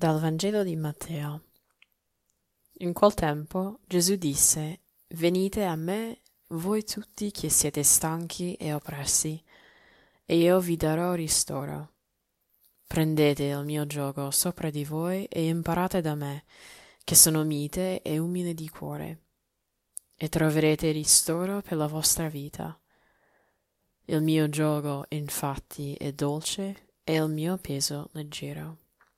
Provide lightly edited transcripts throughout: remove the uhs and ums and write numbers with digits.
Dal Vangelo di Matteo. In quel tempo Gesù disse: Venite a me, voi tutti che siete stanchi e oppressi, e io vi darò ristoro. Prendete il mio giogo sopra di voi e imparate da me, che sono mite e umile di cuore, e troverete ristoro per la vostra vita. Il mio giogo, infatti, è dolce e il mio peso leggero.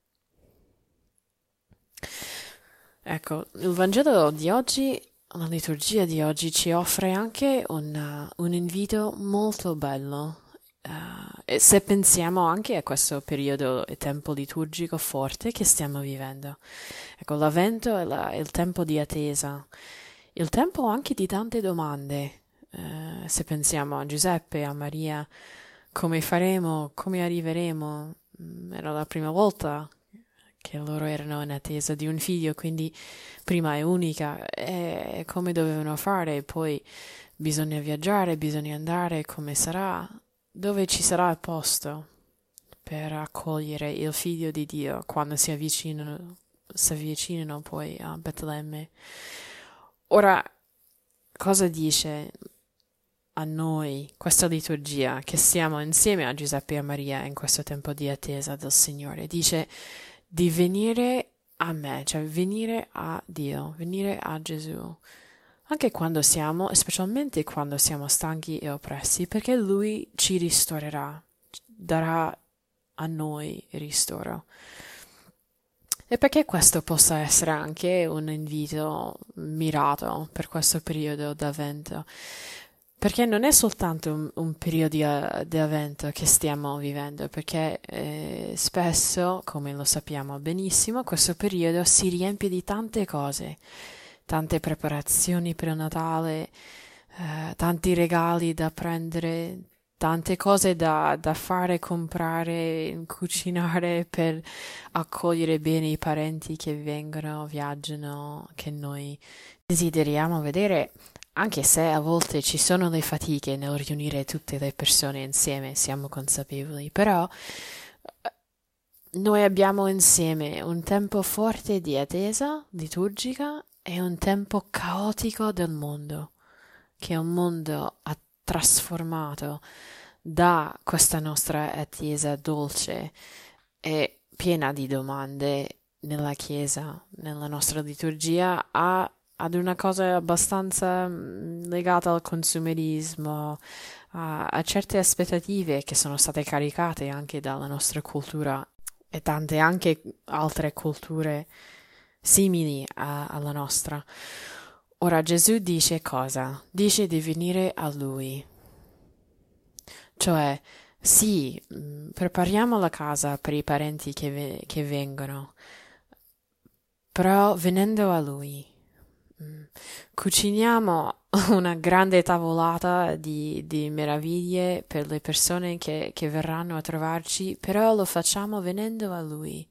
Ecco, il Vangelo di oggi, la liturgia di oggi ci offre anche un invito molto bello. E se pensiamo anche a questo periodo e tempo liturgico forte che stiamo vivendo. Ecco, l'Avvento è il tempo di attesa, il tempo anche di tante domande. Se pensiamo a Giuseppe, a Maria, come faremo, come arriveremo? Era la prima volta che loro erano in attesa di un figlio, quindi prima e unica, e come dovevano fare, poi bisogna viaggiare, bisogna andare, come sarà, dove ci sarà il posto per accogliere il figlio di Dio quando si avvicinano poi a Betlemme. Ora, cosa dice a noi questa liturgia che siamo insieme a Giuseppe e a Maria in questo tempo di attesa del Signore? Dice di venire a me, cioè venire a Dio, venire a Gesù, anche quando siamo, specialmente quando siamo stanchi e oppressi, perché Lui ci ristorerà, darà a noi ristoro. E perché questo possa essere anche un invito mirato per questo periodo d'avvento. Perché non è soltanto un periodo di avvento che stiamo vivendo, perché spesso, come lo sappiamo benissimo, questo periodo si riempie di tante cose, tante preparazioni per il Natale, tanti regali da prendere, tante cose da fare, comprare, cucinare per accogliere bene i parenti che vengono, viaggiano, che noi desideriamo vedere. Anche se a volte ci sono le fatiche nel riunire tutte le persone insieme, siamo consapevoli, però noi abbiamo insieme un tempo forte di attesa liturgica e un tempo caotico del mondo, che un mondo ha trasformato da questa nostra attesa dolce e piena di domande nella Chiesa, nella nostra liturgia, ad una cosa abbastanza legata al consumerismo, a certe aspettative che sono state caricate anche dalla nostra cultura e tante anche altre culture simili alla nostra. Ora Gesù dice cosa? Dice di venire a Lui. Cioè, sì, prepariamo la casa per i parenti che vengono, però venendo a Lui. Cuciniamo una grande tavolata di meraviglie per le persone che verranno a trovarci, però lo facciamo venendo a Lui.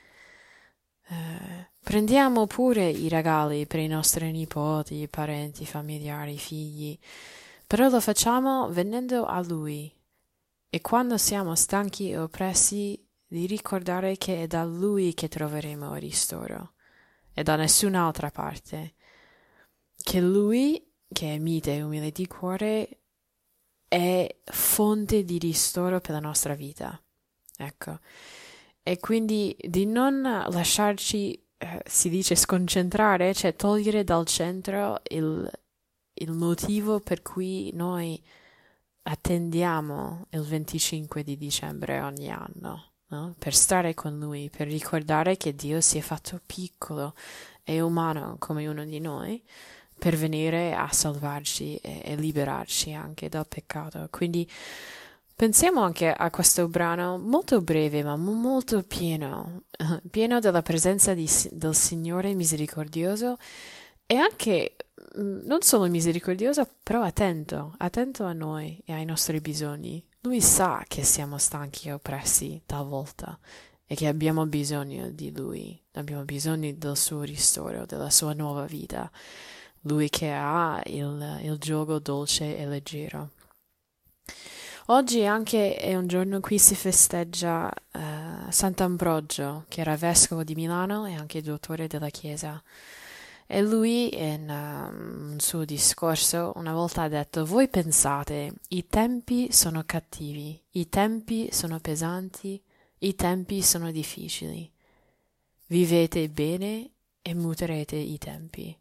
Prendiamo pure i regali per i nostri nipoti, parenti, familiari, figli, però lo facciamo venendo a Lui. E quando siamo stanchi e oppressi, di ricordare che è da Lui che troveremo il ristoro, e da nessun'altra parte. Che Lui, che è mite e umile di cuore, è fonte di ristoro per la nostra vita. Ecco. E quindi di non lasciarci, si dice, sconcentrare, cioè togliere dal centro il motivo per cui noi attendiamo il 25 di dicembre ogni anno, no? Per stare con Lui, per ricordare che Dio si è fatto piccolo e umano come uno di noi, per venire a salvarci e liberarci anche dal peccato. Quindi pensiamo anche a questo brano molto breve ma molto pieno, pieno della presenza del Signore misericordioso e anche non solo misericordioso, però attento a noi e ai nostri bisogni. Lui sa che siamo stanchi e oppressi talvolta e che abbiamo bisogno di Lui, abbiamo bisogno del suo ristoro, della sua nuova vita. Lui che ha il gioco dolce e leggero. Oggi anche è un giorno in cui si festeggia Sant'Ambrogio, che era vescovo di Milano e anche dottore della Chiesa. E lui in un suo discorso una volta ha detto: Voi pensate, i tempi sono cattivi, i tempi sono pesanti, i tempi sono difficili. Vivete bene e muterete i tempi.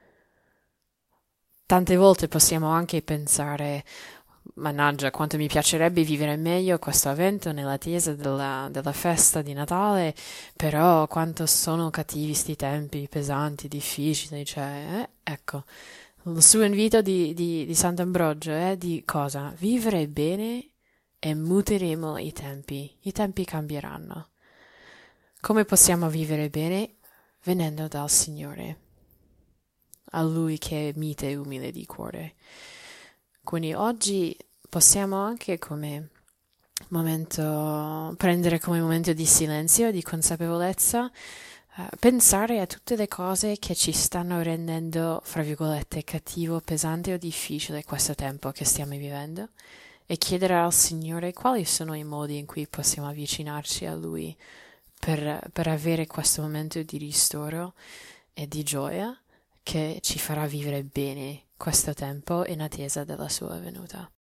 Tante volte possiamo anche pensare: Mannaggia, quanto mi piacerebbe vivere meglio questo avvento nell'attesa della festa di Natale, però quanto sono cattivi sti tempi, pesanti, difficili, cioè, ecco, il suo invito di Sant'Ambrogio è di cosa? Vivere bene e muteremo i tempi cambieranno. Come possiamo vivere bene? Venendo dal Signore, a Lui che è mite e umile di cuore. Quindi oggi possiamo anche come prendere come momento di silenzio, di consapevolezza, pensare a tutte le cose che ci stanno rendendo, fra virgolette, cattivo, pesante o difficile questo tempo che stiamo vivendo e chiedere al Signore quali sono i modi in cui possiamo avvicinarci a Lui per avere questo momento di ristoro e di gioia che ci farà vivere bene questo tempo in attesa della sua venuta.